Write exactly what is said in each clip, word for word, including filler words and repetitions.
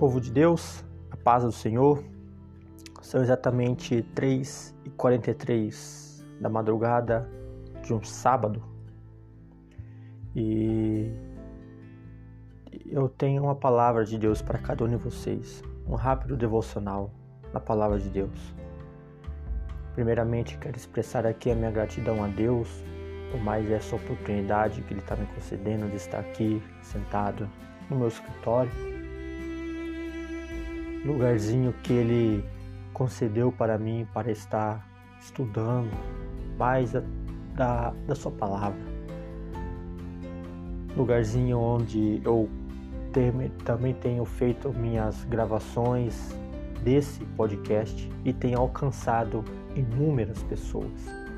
Povo de Deus, a paz do Senhor. São exatamente três e quarenta e três da madrugada de um sábado e eu tenho uma palavra de Deus para cada um de vocês, um rápido devocional na palavra de Deus. Primeiramente, quero expressar aqui a minha gratidão a Deus por mais essa oportunidade que Ele está me concedendo de estar aqui sentado no meu escritório, lugarzinho que Ele concedeu para mim para estar estudando mais da, da, da sua palavra. Lugarzinho onde eu ter, também tenho feito minhas gravações desse podcast e tenho alcançado inúmeras pessoas.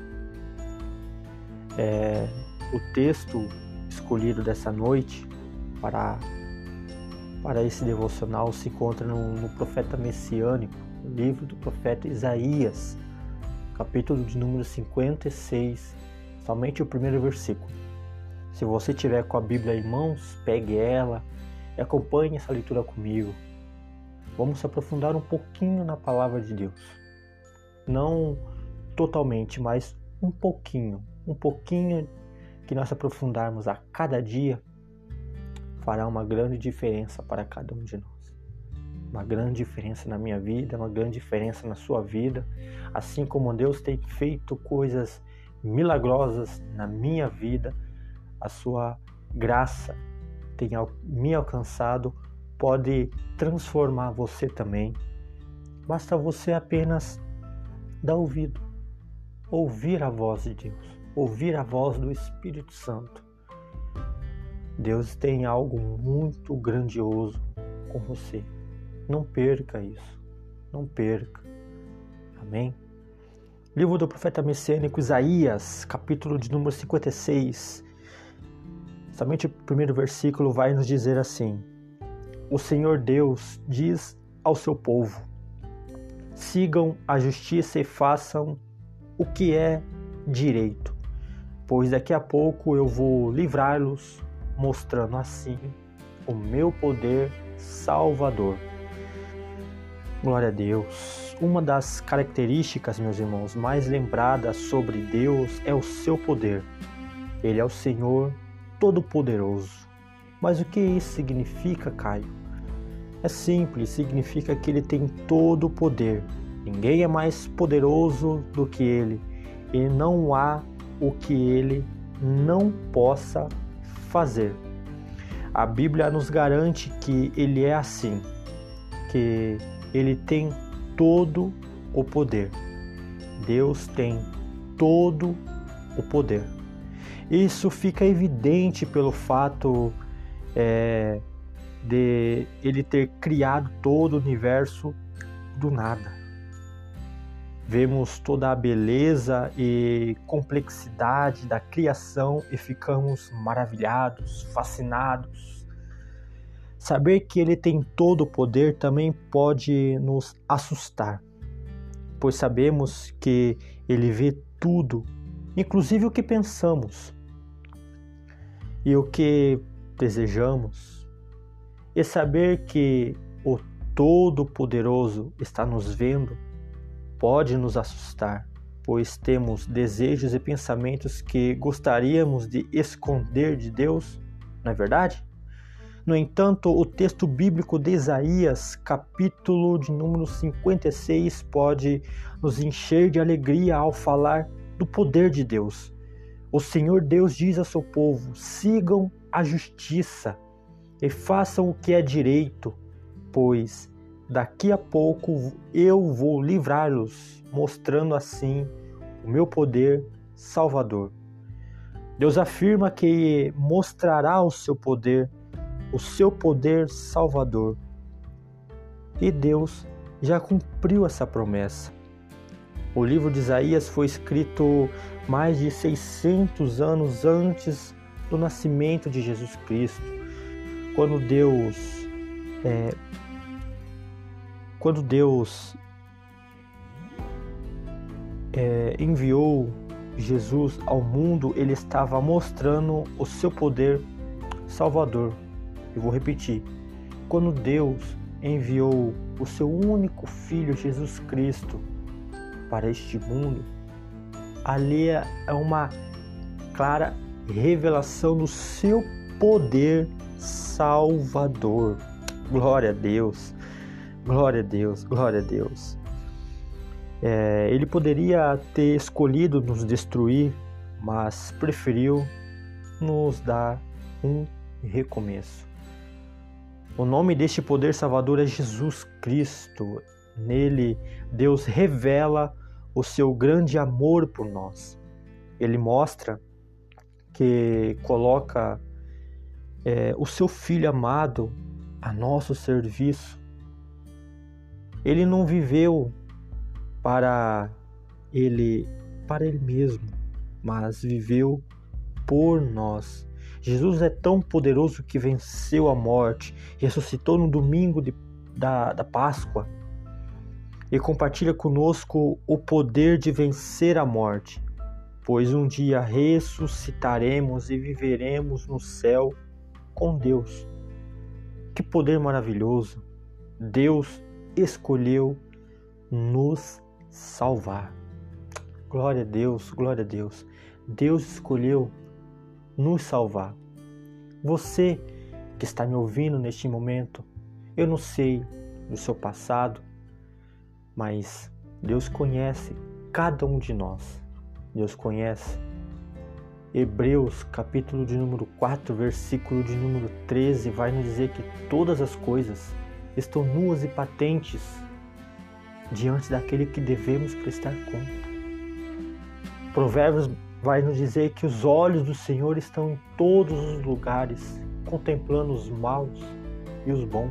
É, o texto escolhido dessa noite para, para esse devocional se encontra no, no profeta messiânico, no livro do profeta Isaías, capítulo de número cinquenta e seis, somente o primeiro versículo. Se você tiver com a Bíblia em mãos, pegue ela e acompanhe essa leitura comigo. Vamos se aprofundar um pouquinho na palavra de Deus. Não totalmente, mas um pouquinho. Um pouquinho que nós aprofundarmos a cada dia fará uma grande diferença para cada um de nós. Uma grande diferença na minha vida, uma grande diferença na sua vida. Assim como Deus tem feito coisas milagrosas na minha vida, a sua graça tem me alcançado, pode transformar você também. Basta você apenas dar ouvido, ouvir a voz de Deus, ouvir a voz do Espírito Santo. Deus tem algo muito grandioso com você. Não perca isso, não perca. Amém? Livro do profeta messiânico Isaías, capítulo de número cinquenta e seis. Somente o primeiro versículo vai nos dizer assim: o Senhor Deus diz ao seu povo: sigam a justiça e façam o que é direito, pois daqui a pouco eu vou livrá-los, mostrando assim o meu poder salvador. Glória a Deus. Uma das características, meus irmãos, mais lembradas sobre Deus é o seu poder. Ele é o Senhor Todo-Poderoso. Mas o que isso significa, Caio? É simples, significa que Ele tem todo o poder. Ninguém é mais poderoso do que Ele. E não há o que Ele não possa fazer. A Bíblia nos garante que Ele é assim, que Ele tem todo o poder. Deus tem todo o poder. Isso fica evidente pelo fato é, de Ele ter criado todo o universo do nada. Vemos toda a beleza e complexidade da criação e ficamos maravilhados, fascinados. Saber que Ele tem todo o poder também pode nos assustar, pois sabemos que Ele vê tudo, inclusive o que pensamos e o que desejamos. E saber que o Todo-Poderoso está nos vendo pode nos assustar, pois temos desejos e pensamentos que gostaríamos de esconder de Deus, não é verdade? No entanto, o texto bíblico de Isaías, capítulo de número cinquenta e seis, pode nos encher de alegria ao falar do poder de Deus. O Senhor Deus diz ao seu povo: sigam a justiça e façam o que é direito, pois daqui a pouco eu vou livrá-los, mostrando assim o meu poder salvador. Deus afirma que mostrará o seu poder, o seu poder salvador. E Deus já cumpriu essa promessa. O livro de Isaías foi escrito mais de seiscentos anos antes do nascimento de Jesus Cristo, quando Deus é, quando Deus é, enviou Jesus ao mundo, Ele estava mostrando o seu poder salvador. Eu vou repetir. Quando Deus enviou o seu único Filho, Jesus Cristo, para este mundo, ali é uma clara revelação do seu poder salvador. Glória a Deus, glória a Deus, glória a Deus. É, ele poderia ter escolhido nos destruir, mas preferiu nos dar um recomeço. O nome deste poder salvador é Jesus Cristo. Nele, Deus revela o seu grande amor por nós. Ele mostra que coloca é, o seu Filho amado a nosso serviço. Ele não viveu para ele, para ele mesmo, mas viveu por nós. Jesus é tão poderoso que venceu a morte, ressuscitou no domingo de, da, da Páscoa e compartilha conosco o poder de vencer a morte, pois um dia ressuscitaremos e viveremos no céu com Deus. Que poder maravilhoso! Deus escolheu nos salvar. Glória a Deus, glória a Deus. Deus escolheu nos salvar. Você que está me ouvindo neste momento, eu não sei do seu passado, mas Deus conhece cada um de nós. Deus conhece. Hebreus, capítulo de número quatro, versículo de número treze, vai nos dizer que todas as coisas estão nuas e patentes diante daquele que devemos prestar conta. Provérbios vai nos dizer que os olhos do Senhor estão em todos os lugares, contemplando os maus e os bons.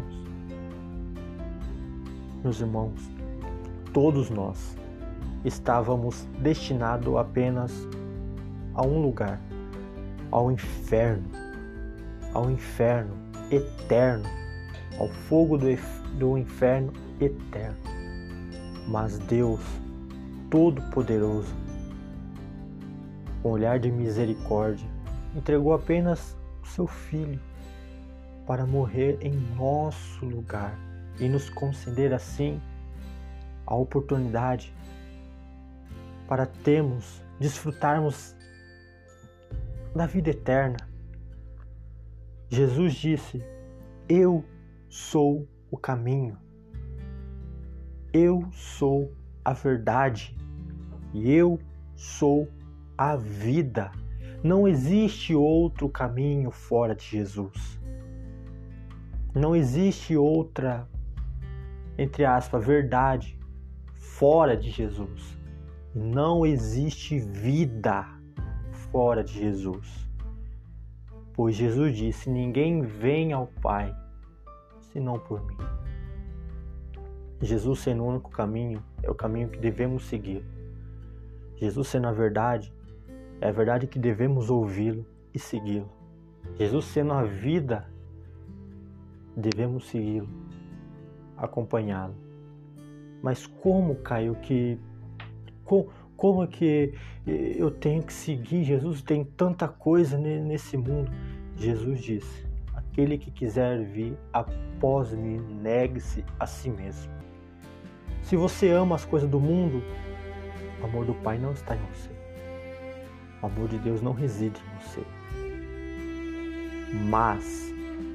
Meus irmãos, todos nós estávamos destinados apenas a um lugar, ao inferno, ao inferno eterno, ao fogo do, do inferno eterno. Mas Deus Todo-Poderoso, com olhar de misericórdia, entregou apenas o seu Filho para morrer em nosso lugar e nos conceder assim a oportunidade para termos, desfrutarmos da vida eterna. Jesus disse: eu sou o caminho, eu sou a verdade e eu sou a vida. Não existe outro caminho fora de Jesus. Não existe outra, entre aspas, verdade fora de Jesus. Não existe vida fora de Jesus. Pois Jesus disse: ninguém vem ao Pai senão por mim. Jesus sendo o único caminho, é o caminho que devemos seguir. Jesus sendo a verdade, é a verdade que devemos ouvi-lo e segui-lo. Jesus sendo a vida, devemos segui-lo, acompanhá-lo. Mas como, Caio, que como, como que eu tenho que seguir Jesus? Tem tanta coisa nesse mundo. Jesus disse: aquele que quiser vir após mim, negue-se a si mesmo. Se você ama as coisas do mundo, o amor do Pai não está em você. O amor de Deus não reside em você. Mas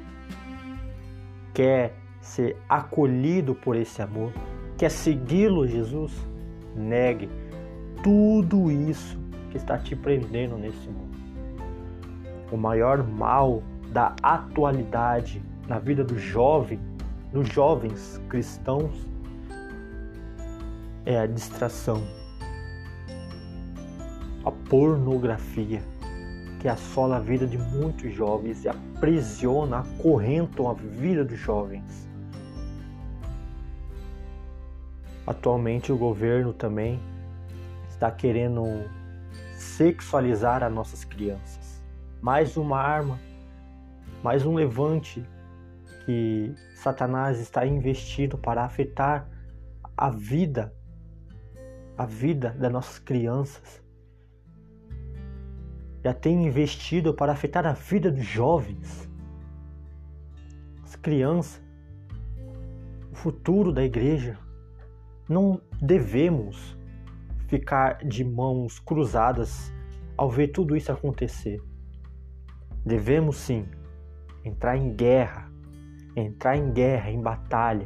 quer ser acolhido por esse amor, quer segui-lo, Jesus, negue tudo isso que está te prendendo nesse mundo. O maior mal da atualidade na vida do jovem, dos jovens cristãos, é a distração, a pornografia, que assola a vida de muitos jovens e aprisiona, acorrentam a vida dos jovens. Atualmente o governo também está querendo sexualizar as nossas crianças. Mais uma arma, mais um levante que Satanás está investindo para afetar a vida, a vida das nossas crianças. Já tem investido para afetar a vida dos jovens. As crianças futuro da igreja. Não devemos ficar de mãos cruzadas ao ver tudo isso acontecer. Devemos sim entrar em guerra, entrar em guerra, em batalha.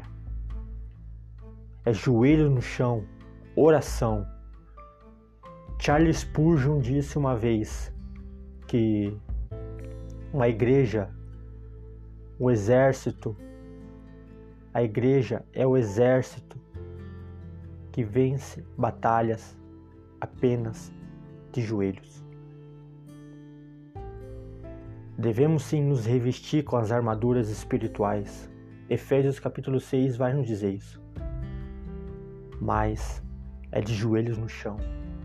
É joelho no chão, oração. Charles Spurgeon disse uma vez que uma igreja, o exército, a igreja é o exército que vence batalhas apenas de joelhos. Devemos sim nos revestir com as armaduras espirituais. Efésios capítulo seis vai nos dizer isso. Mas é de joelhos no chão.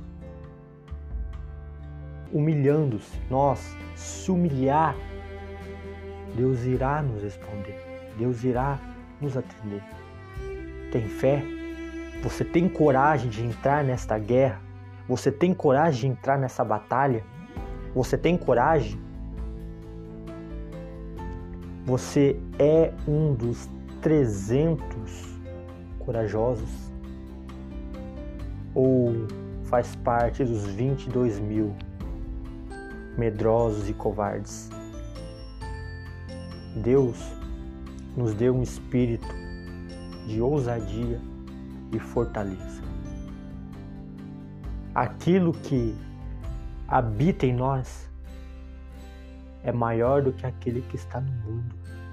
Humilhando-se, nós se humilhar, Deus irá nos responder. Deus irá nos atender. Tem fé? Você tem coragem de entrar nesta guerra? Você tem coragem de entrar nessa batalha? Você tem coragem? Você é um dos trezentos corajosos? Ou faz parte dos vinte e dois mil medrosos e covardes? Deus nos deu um espírito de ousadia e fortaleza. Aquilo que habita em nós é maior do que aquele que está no mundo.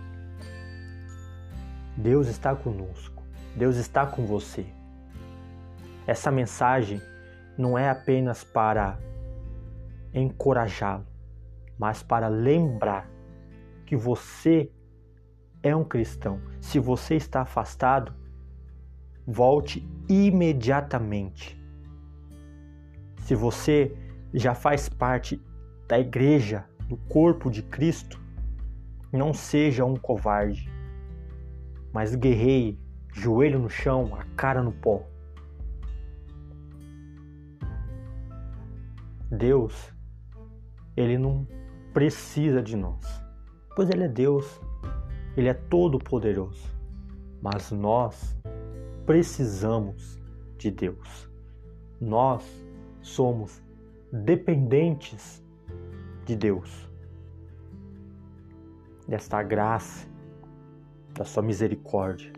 Deus está conosco. Deus está com você. Essa mensagem não é apenas para encorajá-lo, mas para lembrar que você é um cristão. Se você está afastado, volte imediatamente. Se você já faz parte da igreja, do corpo de Cristo, não seja um covarde, mas guerreie, joelho no chão, a cara no pó. Deus, Ele não precisa de nós, pois Ele é Deus, Ele é todo poderoso, mas nós precisamos de Deus. Nós somos dependentes de Deus, desta graça, da sua misericórdia.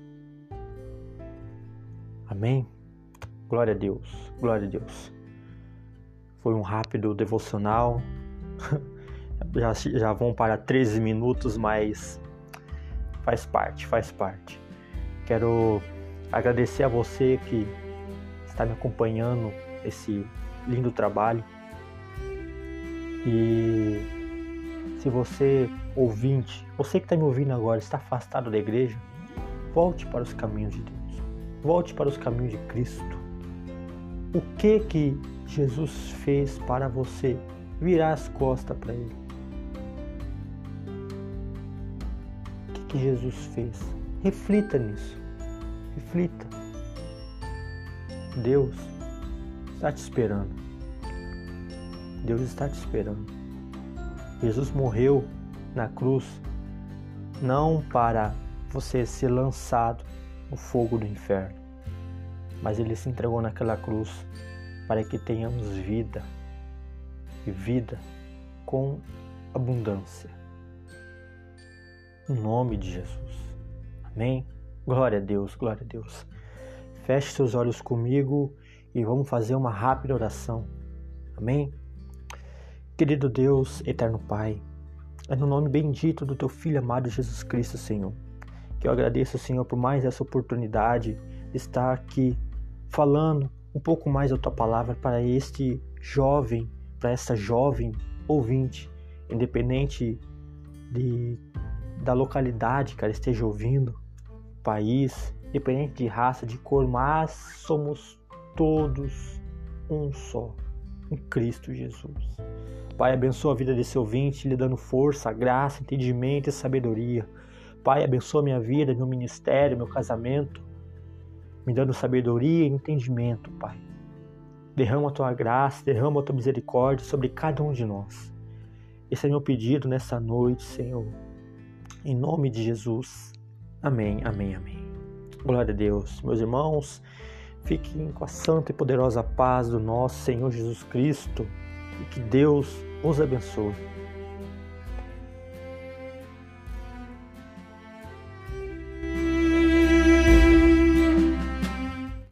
Amém? Glória a Deus, glória a Deus. Foi um rápido devocional, já, já vão para treze minutos, mas faz parte, faz parte. Quero agradecer a você que está me acompanhando esse lindo trabalho. E se você, ouvinte, você que está me ouvindo agora, está afastado da igreja, volte para os caminhos de Deus. Volte para os caminhos de Cristo. O que que Jesus fez para você virar as costas para Ele? O que que Jesus fez? Reflita nisso. Reflita. Deus está te esperando. Deus está te esperando. Jesus morreu na cruz não para você ser lançado no fogo do inferno, mas Ele se entregou naquela cruz para que tenhamos vida e vida com abundância. Em nome de Jesus. Amém? Glória a Deus, glória a Deus. Feche seus olhos comigo e vamos fazer uma rápida oração. Amém? Querido Deus, eterno Pai, é no nome bendito do Teu Filho amado Jesus Cristo, Senhor, que eu agradeço, Senhor, por mais essa oportunidade de estar aqui falando um pouco mais da Tua Palavra para este jovem, para essa jovem ouvinte, independente de, da localidade que ela esteja ouvindo, país, independente de raça, de cor, mas somos todos um só, em Cristo Jesus. Pai, abençoa a vida desse ouvinte, lhe dando força, graça, entendimento e sabedoria. Pai, abençoa a minha vida, meu ministério, meu casamento, me dando sabedoria e entendimento, Pai. Derrama a Tua graça, derrama a Tua misericórdia sobre cada um de nós. Esse é meu pedido nessa noite, Senhor. Em nome de Jesus. Amém, amém, amém. Glória a Deus. Meus irmãos, fiquem com a santa e poderosa paz do nosso Senhor Jesus Cristo e que Deus os abençoe.